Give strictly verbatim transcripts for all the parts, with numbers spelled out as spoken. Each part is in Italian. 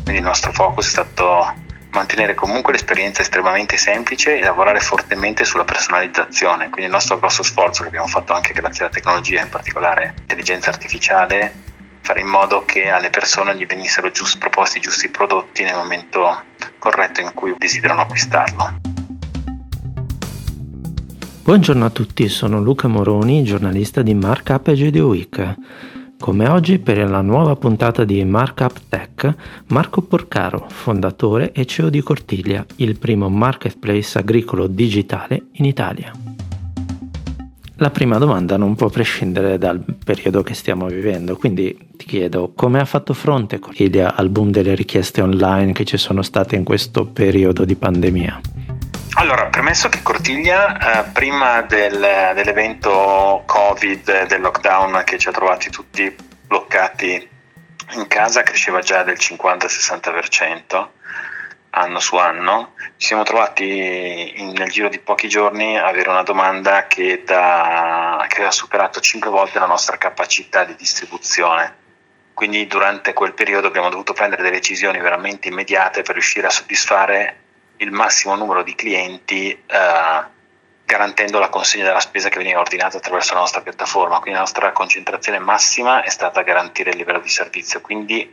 Quindi il nostro focus è stato mantenere comunque l'esperienza estremamente semplice e lavorare fortemente sulla personalizzazione. Quindi il nostro grosso sforzo, che abbiamo fatto anche grazie alla tecnologia, in particolare intelligenza artificiale, fare in modo che alle persone gli venissero giusti, proposti i giusti prodotti nel momento corretto in cui desiderano acquistarlo. Buongiorno a tutti, sono Luca Moroni, giornalista di Markup e G D O Week. Come oggi per la nuova puntata di Markup Tech, Marco Porcaro, fondatore e C E O di Cortiglia, il primo marketplace agricolo digitale in Italia. La prima domanda non può prescindere dal periodo che stiamo vivendo, quindi ti chiedo come ha fatto fronte Cortiglia al boom delle richieste online che ci sono state in questo periodo di pandemia? Allora, premesso che Cortiglia, eh, prima del, dell'evento Covid, del lockdown che ci ha trovati tutti bloccati in casa, cresceva già del cinquanta sessanta per cento anno su anno, ci siamo trovati in, nel giro di pochi giorni a avere una domanda che, da, che ha superato cinque volte la nostra capacità di distribuzione. Quindi durante quel periodo abbiamo dovuto prendere delle decisioni veramente immediate per riuscire a soddisfare il massimo numero di clienti, eh, garantendo la consegna della spesa che veniva ordinata attraverso la nostra piattaforma. Quindi la nostra concentrazione massima è stata garantire il livello di servizio. Quindi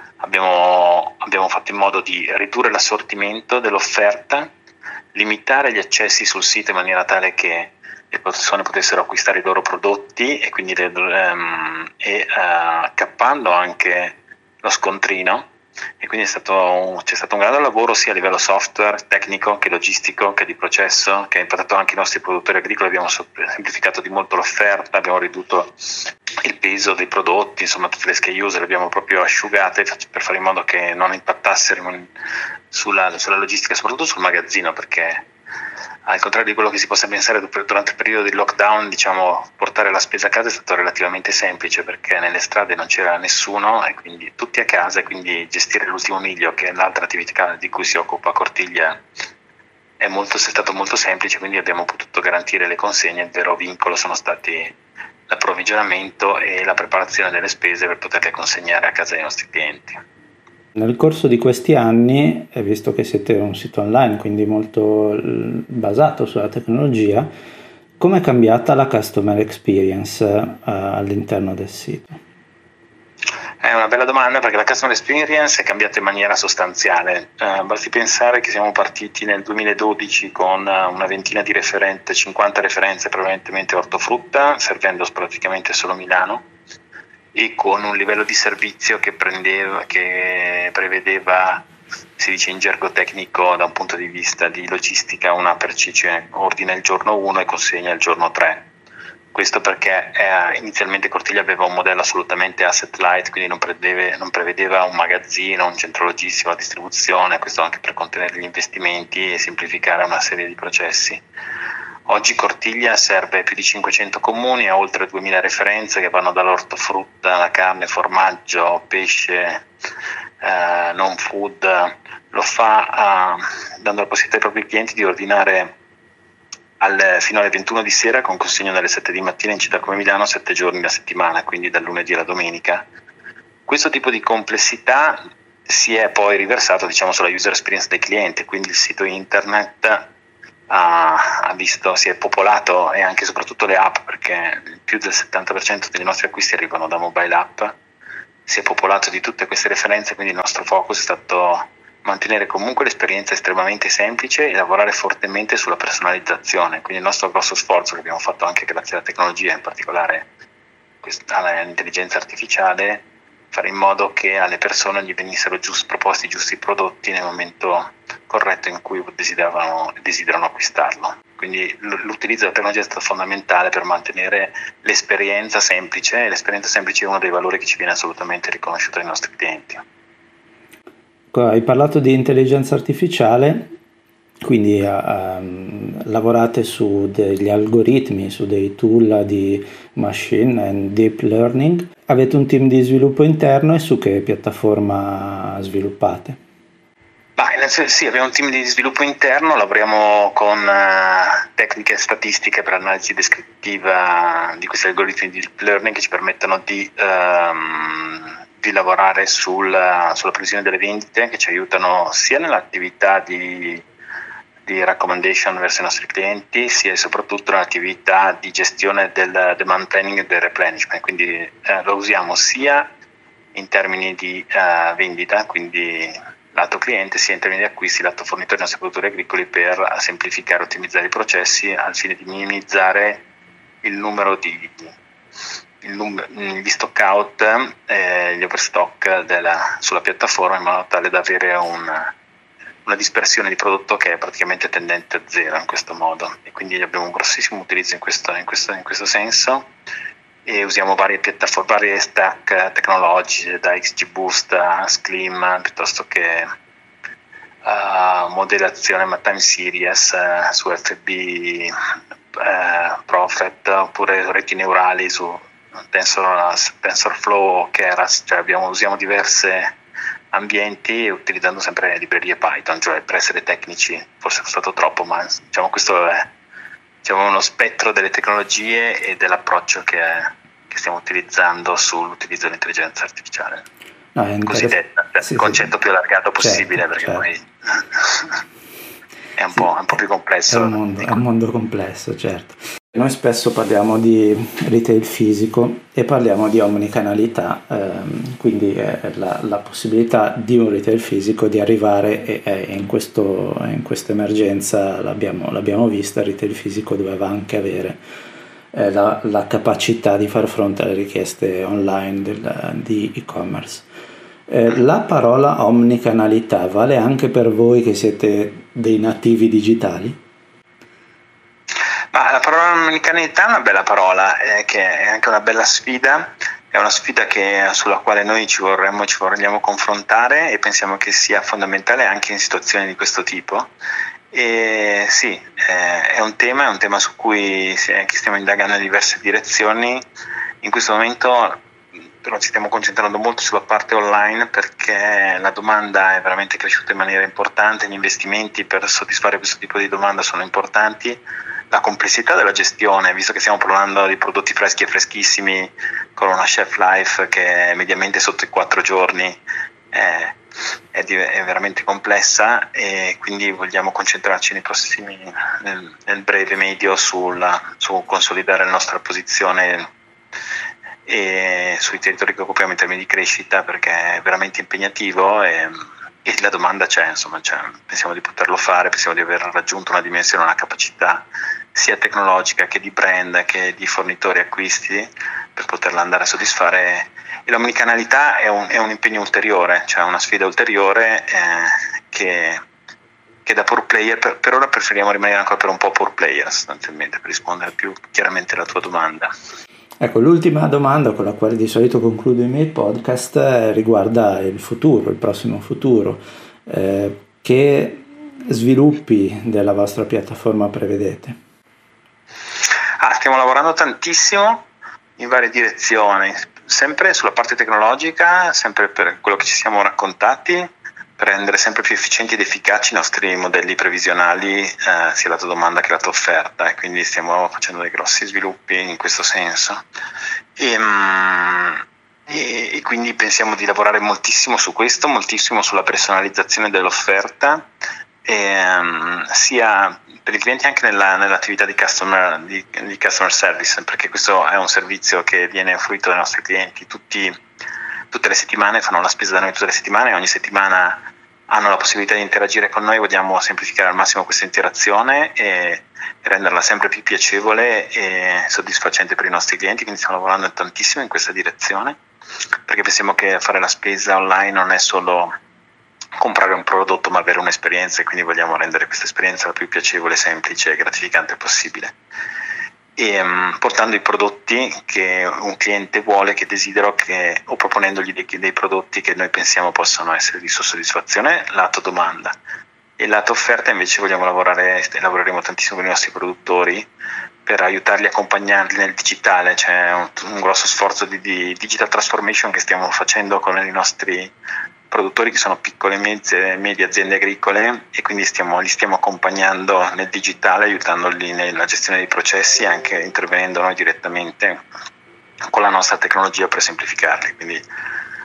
abbiamo, abbiamo fatto in modo di ridurre l'assortimento dell'offerta, limitare gli accessi sul sito in maniera tale che le persone potessero acquistare i loro prodotti e quindi le, um, e uh, cappando anche lo scontrino. E quindi è stato un, c'è stato un grande lavoro sia a livello software, tecnico, che logistico, che di processo, che ha impattato anche i nostri produttori agricoli. Abbiamo semplificato di molto l'offerta, abbiamo ridotto il peso dei prodotti, insomma tutte le S K U le abbiamo proprio asciugate per fare in modo che non impattassero sulla, sulla logistica, soprattutto sul magazzino, perché al contrario di quello che si possa pensare durante il periodo di lockdown, diciamo, portare la spesa a casa è stato relativamente semplice, perché nelle strade non c'era nessuno e quindi tutti a casa, e quindi gestire l'ultimo miglio, che è l'altra attività di cui si occupa Cortiglia, è, molto, è stato molto semplice. Quindi abbiamo potuto garantire le consegne. Il vero vincolo sono stati l'approvvigionamento e la preparazione delle spese per poterle consegnare a casa dei nostri clienti. Nel corso di questi anni, visto che siete un sito online, quindi molto basato sulla tecnologia, come è cambiata la customer experience uh, all'interno del sito? È una bella domanda, perché la customer experience è cambiata in maniera sostanziale. Uh, basti pensare che siamo partiti nel duemiladodici con una ventina di referenze, cinquanta referenze prevalentemente ortofrutta, servendo praticamente solo Milano, e con un livello di servizio che prendeva, che prevedeva, si dice in gergo tecnico da un punto di vista di logistica, una precisione: ordina il giorno uno e consegna il giorno tre. Questo perché eh, inizialmente Cortiglia aveva un modello assolutamente asset light, quindi non prevedeva, non prevedeva un magazzino, un centro logistico, la distribuzione, questo anche per contenere gli investimenti e semplificare una serie di processi. Oggi Cortiglia serve più di cinquecento comuni, ha oltre duemila referenze che vanno dall'ortofrutta alla carne, formaggio, pesce, eh, non food. Lo fa eh, dando la possibilità ai propri clienti di ordinare al, fino alle ventuno di sera, con consegna dalle sette di mattina in città come Milano, sette giorni alla settimana, quindi dal lunedì alla domenica. Questo tipo di complessità si è poi riversato, diciamo, sulla user experience dei clienti, quindi il sito internet Ha, ha visto, si è popolato, e anche e soprattutto le app, perché più del settanta per cento dei nostri acquisti arrivano da mobile app. Si è popolato di tutte queste referenze, quindi il nostro focus è stato mantenere comunque l'esperienza estremamente semplice e lavorare fortemente sulla personalizzazione. Quindi il nostro grosso sforzo, che abbiamo fatto anche grazie alla tecnologia, in particolare all'intelligenza artificiale, fare in modo che alle persone gli venissero giusti, proposti i giusti prodotti nel momento corretto in cui desiderano, desiderano acquistarlo. Quindi l'utilizzo della tecnologia è stato fondamentale per mantenere l'esperienza semplice, e l'esperienza semplice è uno dei valori che ci viene assolutamente riconosciuto dai nostri clienti. Hai parlato di intelligenza artificiale, quindi um, lavorate su degli algoritmi, su dei tool di machine and deep learning. Avete un team di sviluppo interno, e su che piattaforma sviluppate? Beh, sì, abbiamo un team di sviluppo interno, lavoriamo con uh, tecniche statistiche per analisi descrittiva di questi algoritmi di deep learning che ci permettono di, um, di lavorare sul, sulla previsione delle vendite, che ci aiutano sia nell'attività di, di recommendation verso i nostri clienti, sia e soprattutto nell'attività di gestione del demand planning e del replenishment. Quindi eh, lo usiamo sia in termini di uh, vendita, quindi lato cliente, sia in termini di acquisti, lato fornitori dei nostri produttori agricoli, per semplificare e ottimizzare i processi al fine di minimizzare il numero di il num- gli stock out, eh, gli overstock della, sulla piattaforma, in modo tale da avere un, una dispersione di prodotto che è praticamente tendente a zero in questo modo, e quindi abbiamo un grossissimo utilizzo in questo, in questo, in questo senso, e usiamo varie piattaforme, varie stack tecnologiche, da XGBoost a Sclim, piuttosto che uh, modellazione ma time series uh, su F B uh, Prophet, oppure reti neurali su Tensor, TensorFlow o Keras. Cioè abbiamo, usiamo diverse ambienti utilizzando sempre librerie Python, cioè per essere tecnici forse è stato troppo, ma diciamo questo è, diciamo, uno spettro delle tecnologie e dell'approccio che, è, che stiamo utilizzando sull'utilizzo dell'intelligenza artificiale, no, è cosiddetta, cioè, sì, il concetto sì. più allargato possibile, certo, perché certo. poi è un, sì, po', è un po' più complesso. È un mondo, è un mondo complesso, certo. Noi spesso parliamo di retail fisico e parliamo di omnicanalità, ehm, quindi è la, la possibilità di un retail fisico di arrivare, e, e in, questo, in questa emergenza l'abbiamo, l'abbiamo vista, il retail fisico doveva anche avere eh, la, la capacità di far fronte alle richieste online del, di e-commerce. Eh, la parola omnicanalità vale anche per voi che siete dei nativi digitali? Ma la parola omnicanalità è una bella parola, eh, che è anche una bella sfida, è una sfida che, sulla quale noi ci vorremmo, ci vogliamo confrontare, e pensiamo che sia fondamentale anche in situazioni di questo tipo. E sì, eh, è un tema, è un tema su cui che stiamo indagando in diverse direzioni. In questo momento però ci stiamo concentrando molto sulla parte online, perché la domanda è veramente cresciuta in maniera importante, gli investimenti per soddisfare questo tipo di domanda sono importanti. La complessità della gestione, visto che stiamo parlando di prodotti freschi e freschissimi con una shelf life che è mediamente sotto i quattro giorni, è, è, è veramente complessa, e quindi vogliamo concentrarci nei prossimi, nel, nel breve medio sulla, su consolidare la nostra posizione e sui territori che occupiamo in termini di crescita, perché è veramente impegnativo e, e la domanda c'è, insomma, c'è. Pensiamo di poterlo fare, pensiamo di aver raggiunto una dimensione, una capacità sia tecnologica che di brand che di fornitori acquisti per poterla andare a soddisfare, e l'omnicanalità è un, è un impegno ulteriore, cioè una sfida ulteriore eh, che, che da pure player, per, per ora preferiamo rimanere ancora per un po' pure player sostanzialmente, per rispondere più chiaramente alla tua domanda. Ecco, l'ultima domanda con la quale di solito concludo i miei podcast eh, riguarda il futuro, il prossimo futuro. Eh, che sviluppi della vostra piattaforma prevedete? Ah, stiamo lavorando tantissimo in varie direzioni, sempre sulla parte tecnologica, sempre per quello che ci siamo raccontati, per rendere sempre più efficienti ed efficaci i nostri modelli previsionali, eh, sia lato domanda che lato offerta, e quindi stiamo facendo dei grossi sviluppi in questo senso. E, um, e, e quindi pensiamo di lavorare moltissimo su questo, moltissimo sulla personalizzazione dell'offerta, e, um, sia per i clienti anche nella, nell'attività di customer, di, di customer service, perché questo è un servizio che viene fruito dai nostri clienti tutti, tutte le settimane, fanno la spesa da noi tutte le settimane, ogni settimana hanno la possibilità di interagire con noi. Vogliamo semplificare al massimo questa interazione e renderla sempre più piacevole e soddisfacente per i nostri clienti, quindi stiamo lavorando tantissimo in questa direzione, perché pensiamo che fare la spesa online non è solo comprare un prodotto, ma avere un'esperienza, e quindi vogliamo rendere questa esperienza la più piacevole, semplice e gratificante possibile, e um, portando i prodotti che un cliente vuole, che desidera, che, o proponendogli dei, dei prodotti che noi pensiamo possano essere di sua soddisfazione, lato domanda. E lato offerta invece vogliamo lavorare, lavoreremo tantissimo con i nostri produttori per aiutarli, accompagnarli nel digitale. C'è un, un grosso sforzo di, di digital transformation che stiamo facendo con i nostri produttori, che sono piccole e medie, medie aziende agricole, e quindi stiamo, li stiamo accompagnando nel digitale, aiutandoli nella gestione dei processi, anche intervenendo noi direttamente con la nostra tecnologia per semplificarli. Quindi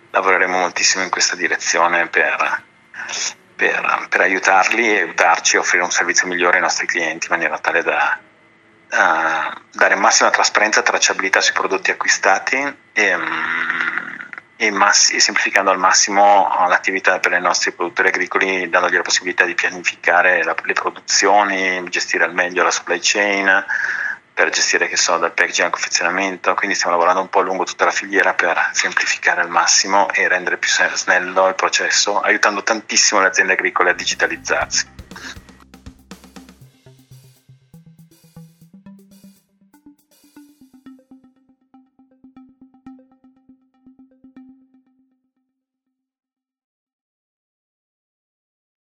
lavoreremo moltissimo in questa direzione per, per, per aiutarli e aiutarci a offrire un servizio migliore ai nostri clienti in maniera tale da uh, dare massima trasparenza e tracciabilità sui prodotti acquistati e, um, e, massi- e semplificando al massimo l'attività per i nostri produttori agricoli, dandogli la possibilità di pianificare la, le produzioni, gestire al meglio la supply chain, per gestire, che so, dal packaging al confezionamento. Quindi stiamo lavorando un po' lungo tutta la filiera per semplificare al massimo e rendere più snello il processo, aiutando tantissimo le aziende agricole a digitalizzarsi.